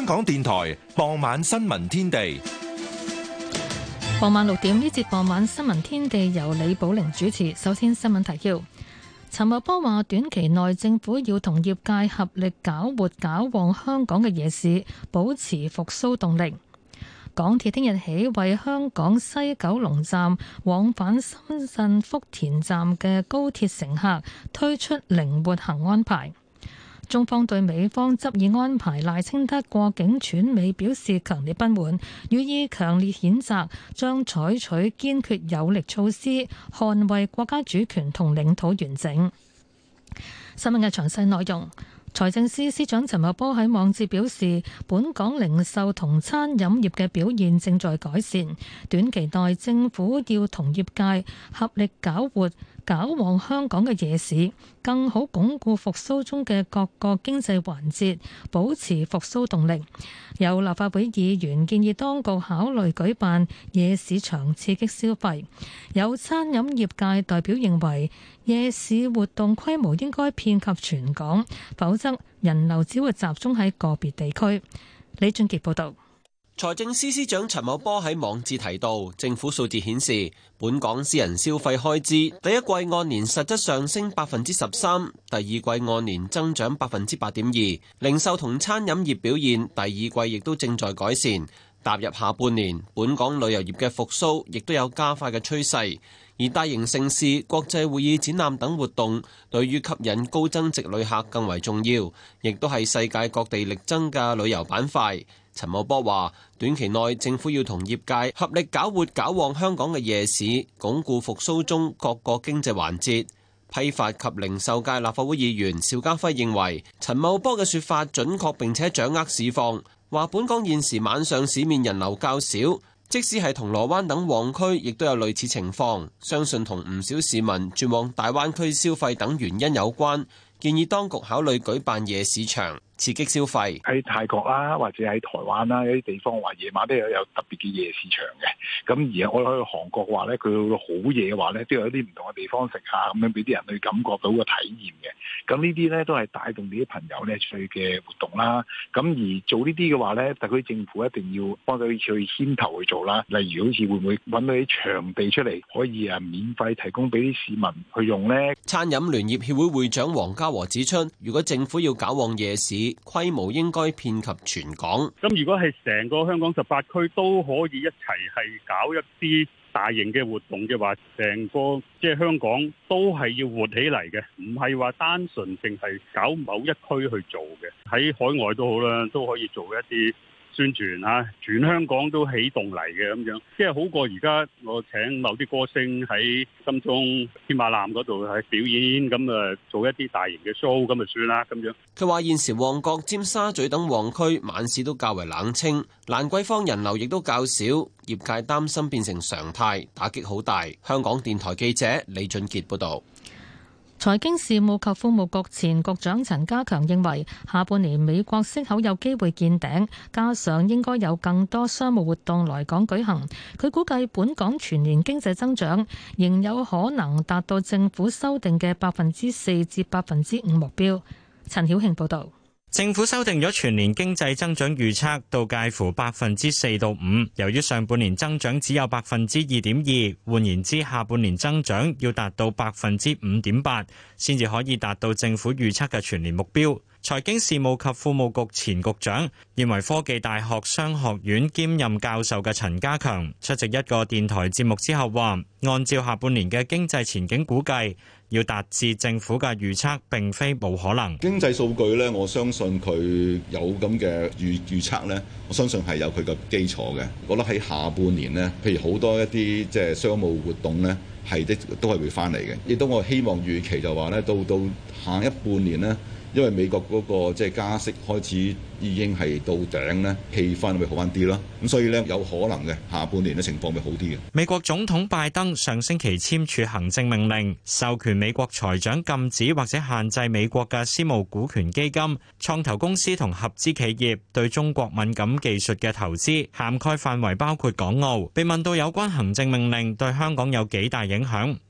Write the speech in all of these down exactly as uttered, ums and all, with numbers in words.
港電台傍晚新聞天地。 傍晚六點，呢節傍晚新聞天地由李寶玲主持。首先新聞提要：陳茂波話，短期內政府要同業界合力搞活搞旺香港嘅夜市，保持復甦動力。港鐵聽日起為香港西九龍站往返深圳福田站嘅高鐵乘客推出靈活行安排。中方對美方執意安排賴清德過境竄美表示強烈不滿，予以強烈譴責，將採取堅決有力措施捍衛國家主權同領土完整。新聞嘅詳細內容。財政司司長陳茂波喺網誌表示，本港零售同餐飲業嘅表現正在改善，短期內政府要同業界合力搞活搞旺香港嘅夜市，更好鞏固復甦中嘅各個經濟環節，保持復甦動力。有立法會議員建議當局考慮舉辦夜市場刺激消費。有餐飲業界代表認為，夜市活動規模應該遍及全港，否則人流只會集中喺個別地區。李俊傑報導。 財政司司長陳茂波喺網誌提到，政府數字顯示，本港私人消費開支第一季按年實質上升百分之十三，第二季按年增長百分之八點二。零售同餐飲業表現第二季亦都正在改善。踏入下半年，本港旅遊業嘅復甦亦都有加快嘅趨勢。而大型盛事、國際會議、展覽等活動，對於吸引高增值旅客更為重要，亦都係世界各地力爭嘅旅遊板塊。陳茂波話：短期內政府要同業界合力搞活搞旺香港嘅夜市，鞏固復甦中各個經濟環節。批發及零售界立法會議員邵家輝認為，陳茂波嘅說法準確並且掌握市況，話本港現時晚上市面人流較少，即使係銅鑼灣等旺區，亦都有類似情況，相信同唔少市民轉往大灣區消費等原因有關。建議當局考慮舉辦夜市場，刺激消費。 喺泰國啦，或者喺台灣啦，有啲地方話夜晚都有有特別嘅夜市場嘅。咁而我去韓國嘅話咧，佢好夜嘅話咧，都有一啲唔同嘅地方食下，咁樣俾啲人去感覺到個體驗嘅。咁呢啲咧都係帶動啲朋友咧去嘅活動啦。咁而做呢啲嘅話咧，特區政府一定要幫佢去牽頭去做啦。例如好似會唔會揾到啲場地出嚟，可以啊免費提供俾啲市民去用咧？ 餐飲聯業協會會長黃家和指出，如果政府要搞旺夜市，規模應該遍及全港。 咁如果係成個香港十八區都可以一齊係搞一啲大型嘅活動嘅話，成個即係香港都係要活起嚟嘅，唔係話單純淨係搞某一區去做嘅。喺海外都好啦，都可以做一啲宣傳嚇，全香港都起動嚟嘅咁樣，即係好過而家我請某啲歌星喺金鐘天馬南嗰度係表演，咁誒做一啲大型嘅 show 咁就算啦咁樣。 佢話現時旺角、尖沙咀等旺區晚市都較為冷清，蘭桂坊人流亦都較少，業界擔心變成常態，打擊好大。香港電台記者李俊傑報導。 財經事務及庫務局前局長陳家強認為，下半年美國息口有機會見頂，加上應該有更多商務活動來港舉行。佢估計本港全年經濟增長仍有可能達到政府修訂嘅百分之四至百分之五目標。陳曉慶報導。 政府修訂咗全年經濟增長預測到介乎百分之四到五，由於上半年增長只有百分之二點二，換言之，下半年增長要達到百分之五點八，先至可以達到政府預測嘅全年目標。財經事務及庫務局前局長、認為科技大學商學院兼任教授嘅陳家強出席一個電台節目之後話，按照下半年嘅經濟前景估計，要達至政府嘅預測並非冇可能。 經濟數據咧，我相信佢有咁嘅預預測咧，我相信係有佢嘅基礎嘅。我覺得喺下半年咧，譬如好多一啲即係商務活動咧，係的都係會翻嚟嘅。亦都我希望預期就話咧，到到下一半年咧。因為美國嗰個即係加息開始已經係到頂咧，氣氛會好翻啲啦。咁所以咧，有可能嘅下半年嘅情況會好啲嘅。 美國總統拜登上星期簽署行政命令，授權美國財長禁止或者限制美國嘅私募股權基金、創投公司同合資企業對中國敏感技術嘅投資，涵蓋範圍包括港澳。被問到有關行政命令對香港有幾大影響，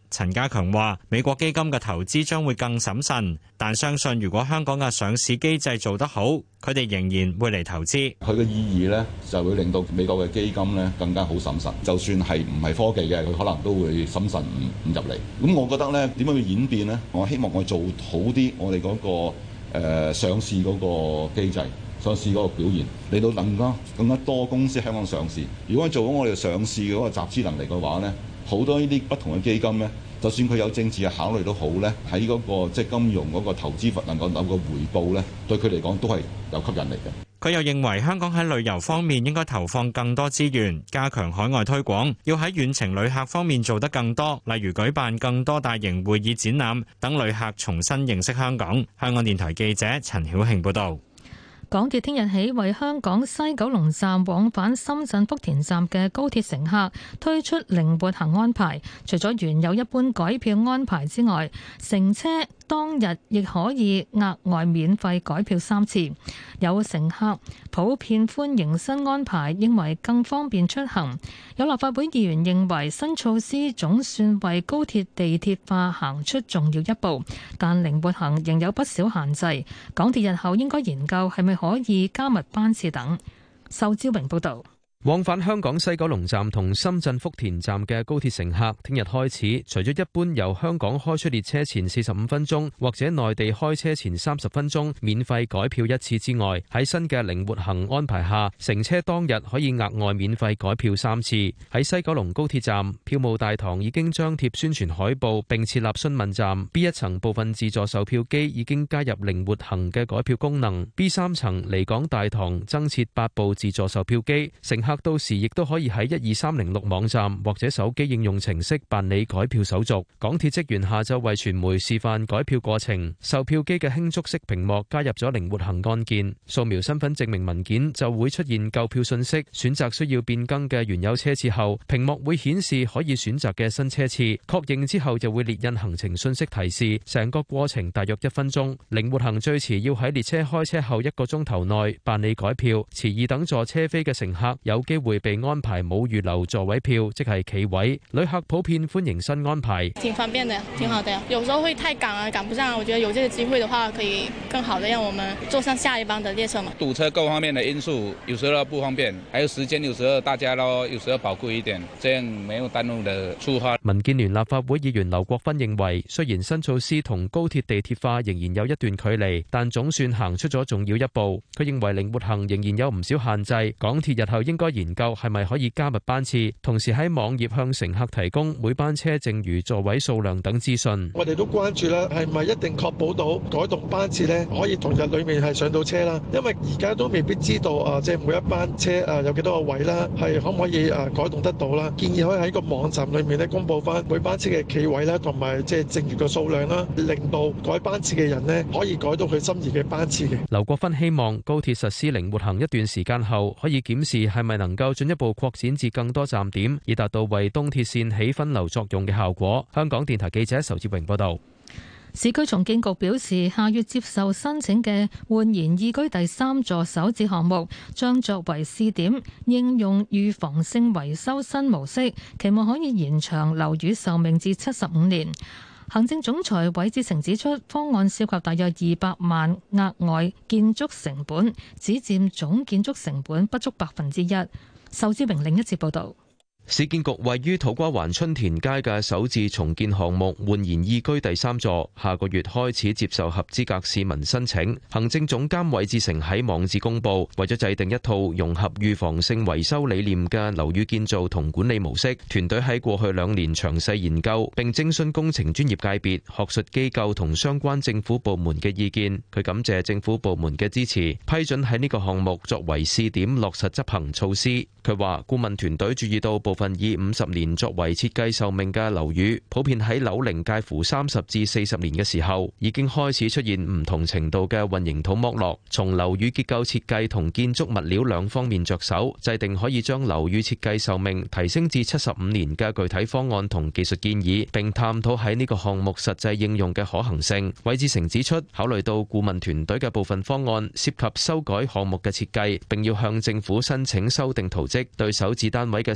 陳家強話：美國基金嘅投資將會更審慎，但相信如果香港嘅上市機制做得好，佢哋仍然會嚟投資。 佢嘅意義呢，就會令到美國嘅基金呢更加好審慎，就算係唔係科技嘅，佢可能都會審慎唔唔入嚟。咁我覺得呢，點樣去演變呢？我希望我做好啲我哋嗰個誒上市嗰個機制。上市嗰個表現，嚟到更加更加多公司香港上市。如果我做好我哋上市嗰個集資能力嘅話呢，好多呢啲不同嘅基金呢，就算佢有政治嘅考慮都好呢，喺嗰個即係金融嗰個投資能夠有個回報呢，對佢嚟講都係有吸引力嘅。 佢又認為香港喺旅遊方面應該投放更多資源，加強海外推廣，要喺遠程旅客方面做得更多，例如舉辦更多大型會議展覽，等旅客重新認識香港。香港電台記者陳曉慶報導。 港鐵聽日起為香港西九龍站往返深圳福田站嘅高鐵乘客推出靈活行安排，除咗原有一般改票安排之外，乘車當日亦可以額外免費改票三次。有乘客普遍歡迎新安排，認為更方便出行。有立法會議員認為新措施總算為高鐵地鐵化行出重要一步，但靈活行仍有不少限制。港鐵日後應該研究係咪可以加密班次等。仇志榮報導。 往返香港西九龍站同深圳福田站嘅高鐵乘客，聽日開始，除咗一般由香港開出列車前四十五分鐘或者內地開車前三十分鐘免費改票一次之外，喺新嘅靈活行安排下，乘車當日可以額外免費改票三次。喺西九龍高鐵站，票務大堂已經張貼宣傳海報並設立詢問站。B 一層部分自助售票機已經加入靈活行嘅改票功能。B 三層離港大堂增設八部自助售票機，乘客到時亦都可以喺一二三零六網站或者手機應用程式辦理改票手續。港鐵職員下晝為傳媒示範改票過程，售票機嘅輕觸式屏幕加入咗靈活行按鍵，掃描身份證明文件就會出現購票信息，選擇需要變更嘅原有車次後，屏幕會顯示可以選擇嘅新車次，確認之後就會列印行程信息提示，成個過程大約一分鐘。靈活行最遲要喺列車開車後一個鐘頭內辦理改票，持二等座車飛嘅乘客有機會被安排冇預留座位票，即係企位。旅客普遍歡迎新安排， 挺方便的，挺好的呀。有時候會太趕啊，趕不上。我覺得有這個機會的話，可以更好的讓我們坐上下一班的列車嘛。 堵車各方面的因素，有時候不方便，還有時間，有時候大家咯，有時候寶貴一點，這樣沒有耽誤的出發。 民建聯立法會議員劉國勳認為，雖然新措施同高鐵地鐵化仍然有一段距離，但總算行出咗重要一步。佢認為靈活行仍然有唔少限制，港鐵日後應該研究係咪可以加密班次，同時喺網頁向乘客提供每班車剩餘座位數量等資訊。 我哋都關注啦，係咪一定確保到改動班次呢？可以同日裏面係上到車啦？因為而家都未必知道啊，即係每一班車啊有幾多個位啦，係可唔可以啊改動得到啦？建議可以喺個網站裏面咧公佈翻每班車嘅企位啦，同埋即係剩餘嘅數量啦，令到改班次嘅人呢可以改到佢心儀嘅班次嘅。 劉國勳希望高鐵實施靈活行一段時間後，可以檢視係咪能夠進一步擴展至更多站點，以達到為東鐵綫起分流作用嘅效果。香港電台記者仇志榮報道。 市區重建局表示，下月接受申請嘅煥然懿居第三座首置項目將作為試點，應用預防性維修新模式，期望可以延長樓宇壽命至七十五年。行政總裁韋志成指出，方案涉及大約二百萬額外建築成本，只佔總建築成本不足百分之一。仇志榮另一節報導。 市建局位於土瓜灣春田街嘅首置重建項目煥然懿居第三座，下個月開始接受合資格市民申請。行政總監韋志成喺網誌公佈，為咗制定一套融合預防性維修理念嘅樓宇建造同管理模式，團隊喺過去兩年詳細研究並徵詢工程專業界別、學術機構同相關政府部門嘅意見。佢感謝政府部門嘅支持，批准喺呢個項目作為試點落實執行措施。佢話顧問團隊注意到部分以五十年作為設計壽命嘅樓宇，普遍喺樓齡介乎三十至四十年嘅時候，已經開始出現唔同程度嘅混凝土剝落。從樓宇結構設計同建築物料兩方面着手，制定可以將樓宇設計壽命提升至七十五年嘅具體方案同技術建議，並探討喺呢個項目實際應用嘅可行性。韋志成指出，考慮到顧問團隊嘅部分方案涉及修改項目嘅設計，並要向政府申請修訂圖則，對首置單位嘅施工時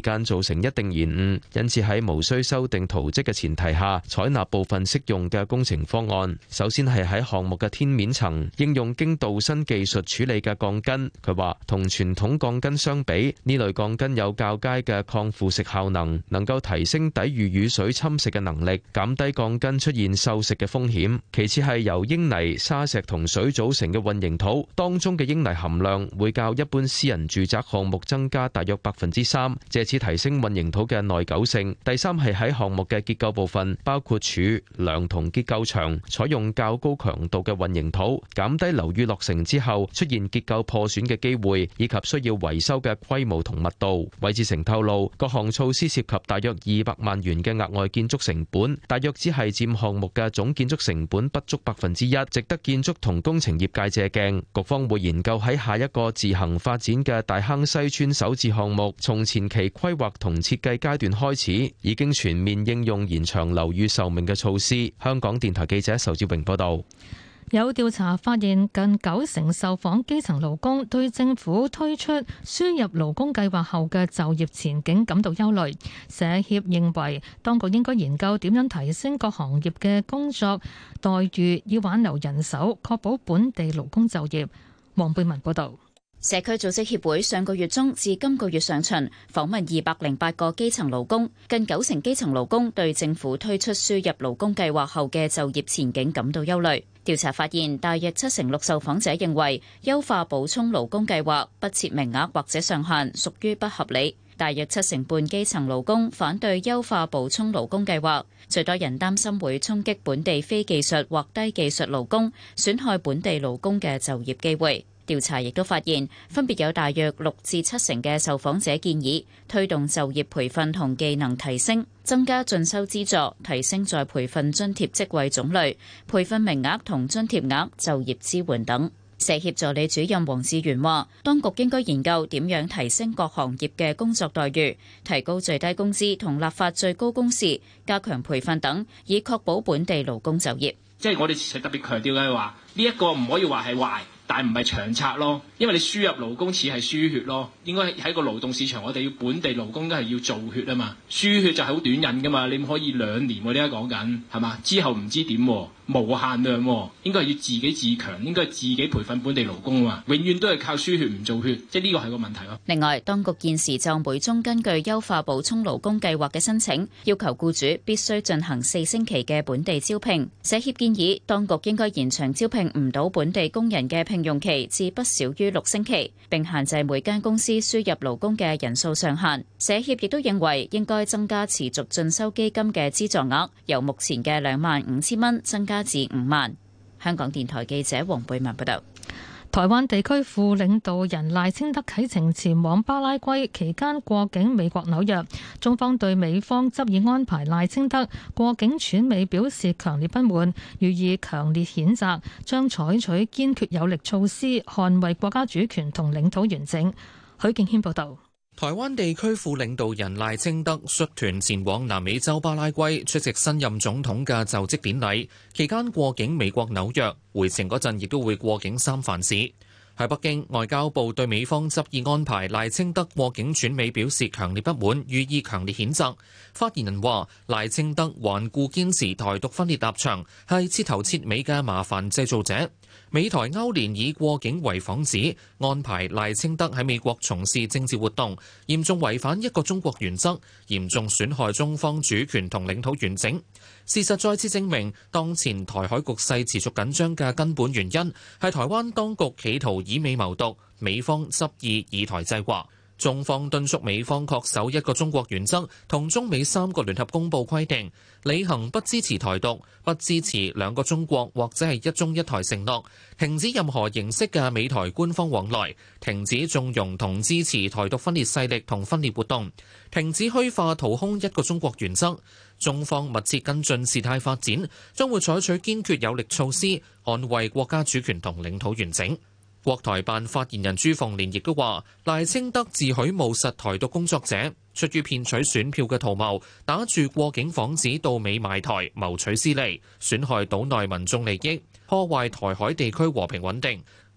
時間造成一定延誤，因此喺無需修訂圖則嘅前提下，採納部分適用嘅工程方案。首先係喺項目嘅天面層應用經鍍鋅技術處理嘅鋼筋。佢話同傳統鋼筋相比，呢類鋼筋有較佳嘅抗腐蝕效能，能夠提升抵禦雨水侵蝕嘅能力，減低鋼筋出現鏽蝕嘅風險。其次係由英泥、沙石同水組成嘅混凝土，當中嘅英泥含量會較一般私人住宅項目增加大約百分之三，借此提升混凝土嘅耐久性。第三係喺項目嘅結構部分，包括柱、梁同結構牆，採用較高強度嘅混凝土，減低樓宇落成之後出現結構破損嘅機會，以及需要維修嘅規模同密度。韋志成透露，各項措施涉及大約二百萬元嘅額外建築成本，大約只係佔項目嘅總建築成本不足百分之一，值得建築同工程業界借鏡。局方會研究喺下一個自行發展嘅大坑西村首置項目，從前期規劃同設計階段開始，已經全面應用延長樓宇壽命嘅措施。香港電台記者仇志榮報道。 有調查發現，近九成受訪基層勞工對政府推出輸入勞工計劃後嘅就業前景感到憂慮。社協認為，當局應該研究點樣提升各行業嘅工作待遇，以挽留人手，確保本地勞工就業。黃貝文報導。 社區組織協會上個月中至今個月上旬訪問二百零八個基層勞工，近九成基層勞工對政府推出輸入勞工計劃後嘅就業前景感到憂慮。調查發現，大約七成六受訪者認為優化補充勞工計劃不設名額或者上限屬於不合理。大約七成半基層勞工反對優化補充勞工計劃，最多人擔心會衝擊本地非技術或低技術勞工，損害本地勞工嘅就業機會。調查亦都發現，分別有大約六至七成嘅受訪者建議推動就業培訓同技能提升，增加進修資助，提升再培訓津貼職位種類、培訓名額同津貼額、就業支援等。社協助理主任黃志源話，當局應該研究點樣提升各行業嘅工作待遇，提高最低工資同立法最高工時，加強培訓等，以確保本地勞工就業。 即係我哋特別強調嘅係話，呢一個唔可以話係壞，但唔係長策咯，因為你輸入勞工似係輸血咯，應該喺個勞動市場，我哋要本地勞工都係要造血啊嘛，輸血就係好短癮噶嘛，你唔可以兩年喎，呢家講緊係嘛，之後唔知點喎，無限量喎，應該係要自己自強，應該係自己培訓本地勞工啊嘛，永遠都係靠輸血唔造血，即係呢個係個問題咯。 另外，當局現時就每宗根據優化補充勞工計劃嘅申請，要求僱主必須進行四星期嘅本地招聘。社協建議當局應該延長招聘唔到本地工人嘅聘用期至不少於六星期，並限制每間公司輸入勞工嘅人數上限。社協亦都認為應該增加持續進修基金嘅資助額，由目前嘅兩萬五千蚊增加至五萬。香港電台記者黃貝文報道。 台灣地區副領導人賴清德啟程前往巴拉圭，期間過境美國紐約。中方對美方執意安排賴清德過境竄美表示強烈不滿，予以強烈譴責，將採取堅決有力措施捍衛國家主權同領土完整。許敬軒報導。 台灣地區副領導人賴清德率團前往南美洲巴拉圭出席新任總統嘅就職典禮，期間過境美國紐約，回程嗰陣亦都會過境三藩市。喺北京，外交部對美方執意安排賴清德過境竄美表示強烈不滿，予以強烈譴責。發言人話：賴清德頑固堅持台獨分裂立場，係徹頭徹尾嘅麻煩製造者。美台勾連以過境為幌子，安排賴清德喺美國從事政治活動，嚴重違反一個中國原則，嚴重損害中方主權同領土完整。事實再次證明，當前台海局勢持續緊張嘅根本原因係台灣當局企圖以美謀獨，美方執意以台制華。中方敦促美方恪守一個中國原則同中美三個聯合公報規定，履行不支持台獨、不支持兩個中國或者係一中一台承諾，停止任何形式嘅美台官方往來，停止縱容同支持台獨分裂勢力同分裂活動，停止虛化掏空一個中國原則。中方密切跟進事態發展，將會採取堅決有力措施，捍衛國家主權同領土完整。國台辦發言人朱鳳蓮亦都話，賴清德自詡務實台獨工作者，出於騙取選票嘅圖謀，打住過境幌子到美賣台，謀取私利，損害島內民眾利益，破壞台海地區和平穩定。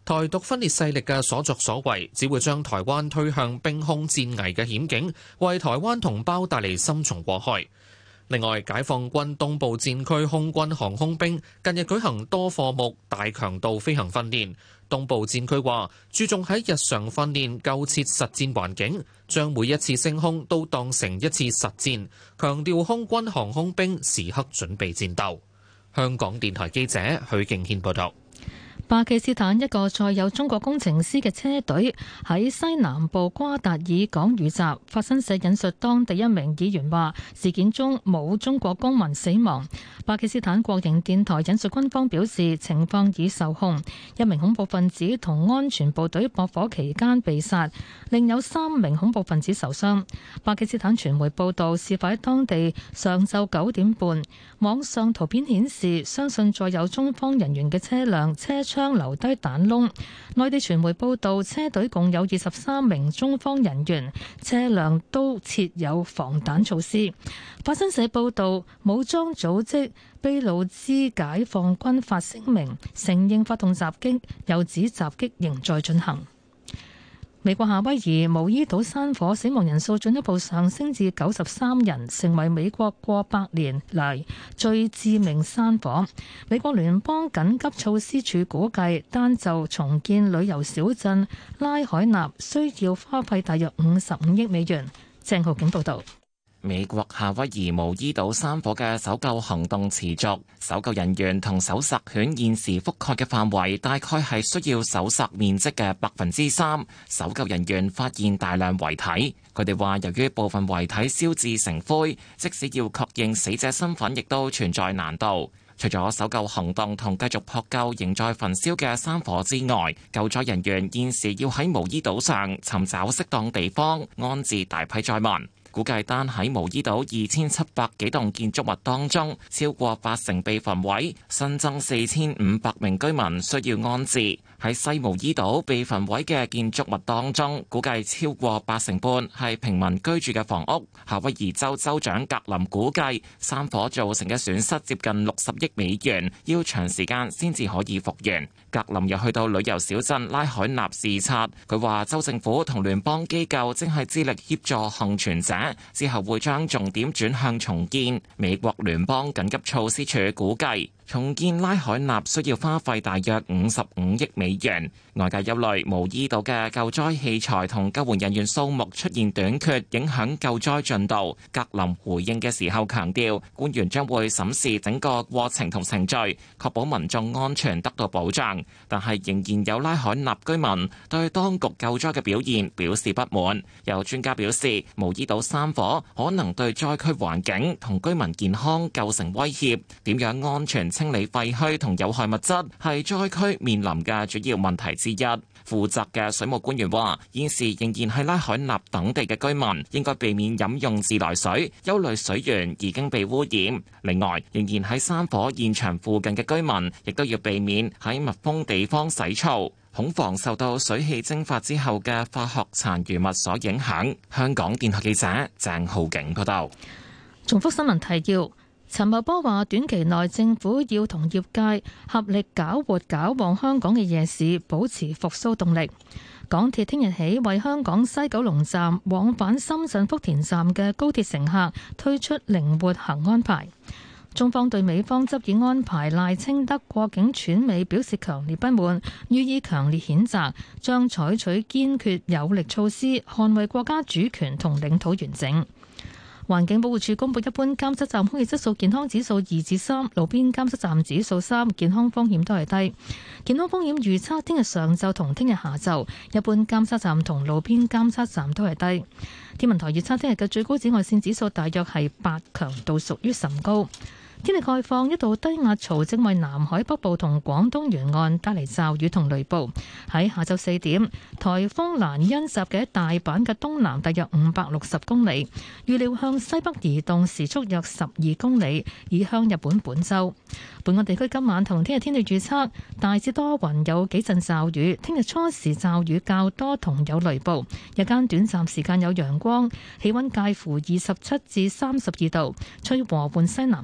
台獨分裂勢力嘅所作所為，只會將台灣推向兵凶戰危嘅險境，為台灣同胞帶嚟深重禍害。另外，解放軍東部戰區空軍航空兵近日舉行多課目大強度飛行訓練。東部戰區話注重喺日常訓練構設實戰環境，將每一次升空都當成一次實戰，強調空軍航空兵時刻準備戰鬥。香港電台記者許敬軒報道。 巴基斯坦一個載有中國工程師嘅車隊喺西南部瓜達爾港遇襲，法新社引述當地一名議員話，事件中冇中國公民死亡。巴基斯坦國營電台引述軍方表示，情況已受控，一名恐怖分子同安全部隊駁火期間被殺，另有三名恐怖分子受傷。巴基斯坦傳媒報道，事發喺當地上晝九點半，網上圖片顯示，相信載有中方人員嘅車輛車槍留低彈窿。內地傳媒報道，車隊共有二十三名中方人員，車輛都設有防彈措施。法新社報道，武裝組織俾路支解放軍發聲明，承認發動襲擊，又指襲擊仍在進行。美國夏威夷毛伊島山火死亡人數進一步上升至九十三人，成為美國過百年嚟最致命山火。美國聯邦緊急措施處估計，單就重建旅遊小鎮拉海納需要花費大約五十五億美元。鄭浩景報導。 美國夏威夷毛伊島山火嘅搜救行動持續，搜救人員同搜索犬現時覆蓋嘅範圍大概係需要搜索面積嘅百分之三。搜救人員發現大量遺體，佢哋話由於部分遺體燒至成灰，即使要確認死者身份，亦都存在難度。除咗搜救行動同繼續撲救仍在焚燒嘅山火之外，救助人員現時要喺毛伊島上尋找適當地方安置大批災民。估計單喺毛伊島二千七百幾棟建築物當中，超過八成被焚毀，新增四千五百名居民需要安置。喺西毛伊島被焚毀嘅建築物當中，估計超過八成半係平民居住嘅房屋。夏威夷州州長格林估計，山火造成嘅損失接近六十億美元，要長時間先至可以復原。格林又去到旅遊小鎮拉海納視察，佢話州政府同聯邦機構正係致力協助幸存者，之後會將重點轉向重建。美國聯邦緊急措施處估計，重建拉海納需要花費大約五十五億美元。外界憂慮毛伊島嘅救災器材同救援人員數目出現短缺，影響救災進度。格林回應嘅時候強調，官員將會審視整個過程同程序，確保民眾安全得到保障。但係仍然有拉海納居民對當局救災嘅表現表示不滿。有專家表示，毛伊島山火可能對災區環境同居民健康構成威脅。點樣安全清理廢墟同有害物質係災區面臨嘅主要問題之一。負責嘅水務官員話，現時仍然係拉海納等地嘅居民應該避免飲用自來水，憂慮水源已經被污染。另外，仍然喺山火現場附近嘅居民亦都要避免喺密封地方洗澡，恐防受到水汽蒸發之後嘅化學殘餘物所影響。香港電台記者鄭浩景報道。 重複新聞提要。陳茂波話：短期內政府要同業界合力搞活搞旺香港嘅夜市，保持復甦動力。港鐵聽日起為香港西九龍站往返深圳福田站嘅高鐵乘客推出靈活行安排。中方對美方執意安排賴清德過境竄美表示強烈不滿，予以強烈譴責，將採取堅決有力措施捍衛國家主權同領土完整。環境保護署公布一般監測站空氣質素健康指數二至三，路邊監測站指數三，健康風險都係低。健康風險預測聽日上晝同聽日下晝，一般監測站同路邊監測站都係低。天文台預測聽日嘅最高紫外線指數大約係八，強度屬於甚高。天氣概況，一道低壓槽正為南海北部同廣東沿岸帶嚟驟雨同雷暴。喺下晝四點，颱風蘭恩集嘅大阪嘅東南大約五百六十公里，預料向西北移動，時速約十二公里，移向日本本州。本港地區今晚同聽日天氣預測，大致多雲，有幾陣驟雨。聽日初時驟雨較多同有雷暴，日間短暫時間有陽光，氣溫介乎二十七至三十二度，吹和緩西南風。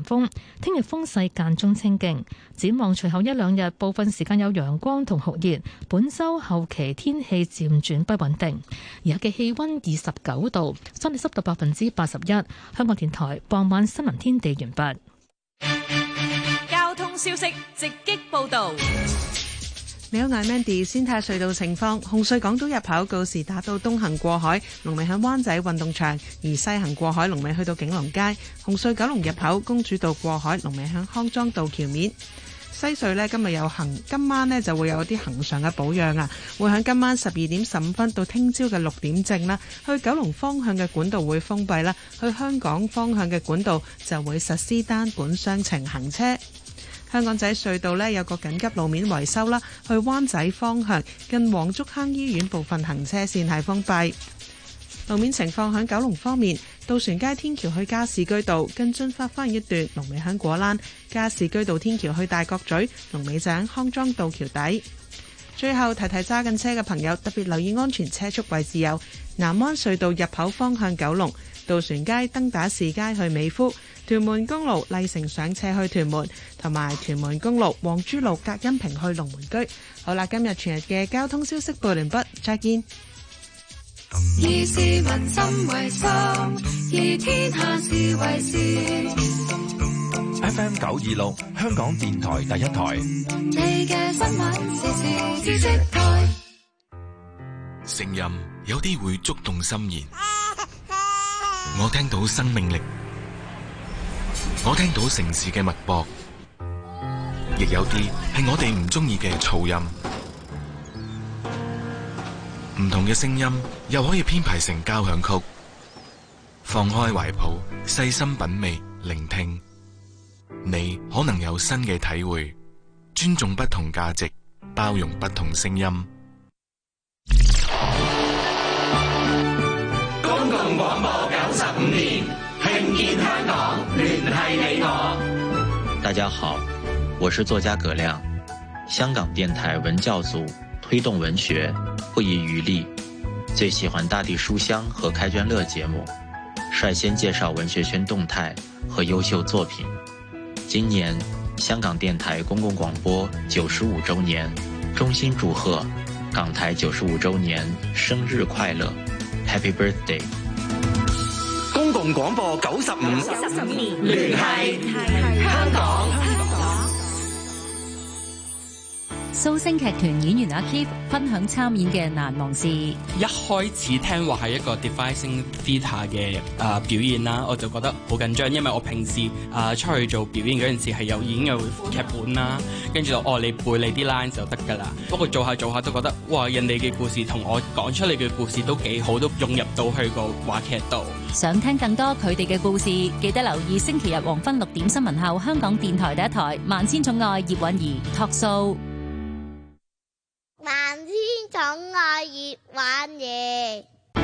聽日風勢間中清勁。展望隨後一兩日，部分時間有陽光同酷熱。本週後期天氣漸轉不穩定。而家嘅氣溫二十九度，相對濕度百分之八十一。香港電台傍晚新聞天地完畢。 交通消息直擊報道。 你好，我係 Mandy。先睇下隧道情況。紅隧港島入口告士打道東行過海，龍尾喺灣仔運動場；而西行過海，龍尾去到景隆街。紅隧九龍入口公主道過海，龍尾喺康莊道橋面。西隧呢，今日有行，今晚呢就會有啲恆常嘅保養啊，會喺今晚十二點十五分到聽朝嘅六點正啦，去九龍方向嘅管道會封閉啦，去香港方向嘅管道就會實施單管雙程行車。香港仔隧道呢有個緊急路面維修啦，去灣仔方向近黃竹坑醫院部分行車線係封閉。路面情況喺九龍方面，渡船街天橋去加士居道跟進發翻一段，龍尾喺果欄；加士居道天橋去大角咀，龍尾井康莊道橋底。最後提提揸緊車嘅朋友，特別留意安全車速位置有南灣隧道入口方向九龍、渡船街登打士街去美孚、屯門公路麗城上車去屯門，同埋屯門公路黃珠路隔音屏去龍門居。好啦，今日全日嘅交通消息報完畢，再見。 以市民心為心，以天下事為事。 F M 九二六，香港電台第一台。 你嘅新聞時事知識台。 聲音有啲會觸動心弦，我聽到生命力，我聽到城市嘅脈搏，亦有啲係我哋唔中意嘅噪音。唔同嘅聲音又可以編排成交響曲，放開懷抱，細心品味，聆聽，你可能有新嘅體會。尊重不同價值，包容不同聲音。 公共廣播九十五年，聽見香港，聯繫你我。 大家好，我是作家葛亮，香港電台文教組推動文學，不遺餘力，最喜歡大地書香和開卷樂節目，率先介紹文學圈動態和優秀作品。今年香港電台公共廣播九十五周年，衷心祝賀港台九十五周年生日快樂 ，Happy Birthday！ 公共廣播九十五年，聯繫香港。 蘇星劇團演員阿 Keith 分享參演嘅難忘事。 一開始聽話係一個 devising theatre 嘅啊、呃、表演啦，我就覺得好緊張，因為我平時啊、呃、出去做表演嗰陣時係有已經有劇本啦，跟住就哦你背你啲 line 就得㗎啦。不過做下做下都覺得哇，人哋嘅故事同我講出嚟嘅故事都幾好，都融入到去個話劇度。 想聽更多佢哋嘅故事，記得留意星期日黃昏六點新聞後，香港電台第一台《萬千寵愛葉韻儀》talk show。 萬千寵愛葉韻儀。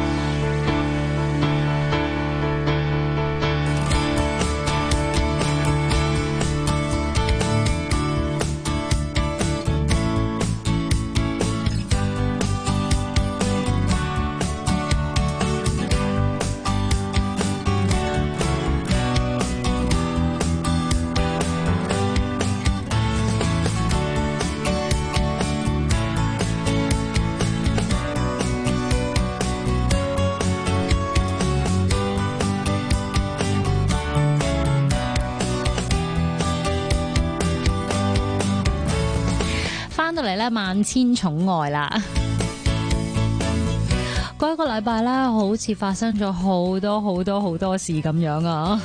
翻到嚟咧，萬千寵愛啦！嗰一個禮拜咧，好似發生咗好多好多好多事咁樣啊！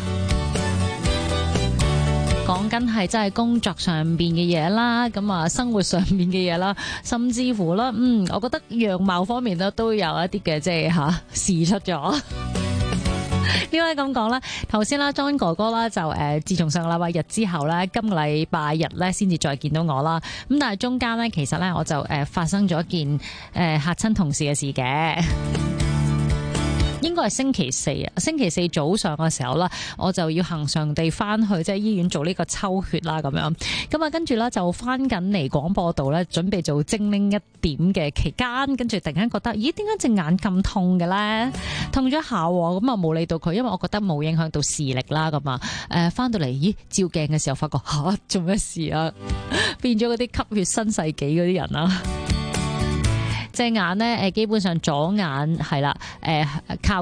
講緊係真係工作上邊嘅嘢啦，咁啊生活上邊嘅嘢啦，甚至乎啦，嗯，我覺得樣貌方面咧都有一啲嘅即係吓事出咗。點解咁講咧？頭先啦 ，John 哥哥啦就誒、呃，自從上個禮拜日之後咧，今個禮拜日咧先至再見到我啦。咁但係中間咧，其實咧我就誒、呃、發生咗一件誒嚇親同事嘅事嘅。 應該係星期四啊，星期四早上嘅時候啦，我就要恒常地翻去即係醫院做呢個抽血啦，咁樣咁啊，跟住咧就翻緊嚟廣播道咧，準備做精靈一點嘅期間，跟住突然間覺得，咦，點解隻眼咁痛嘅咧？痛咗下喎，咁啊冇理到佢，因為我覺得冇影響到視力啦，咁啊，誒翻到嚟，咦，照鏡嘅時候發覺吓，做咩事啊？變咗嗰啲吸血新世紀嗰啲人啊！隻眼咧，誒基本上左眼係啦，誒靠。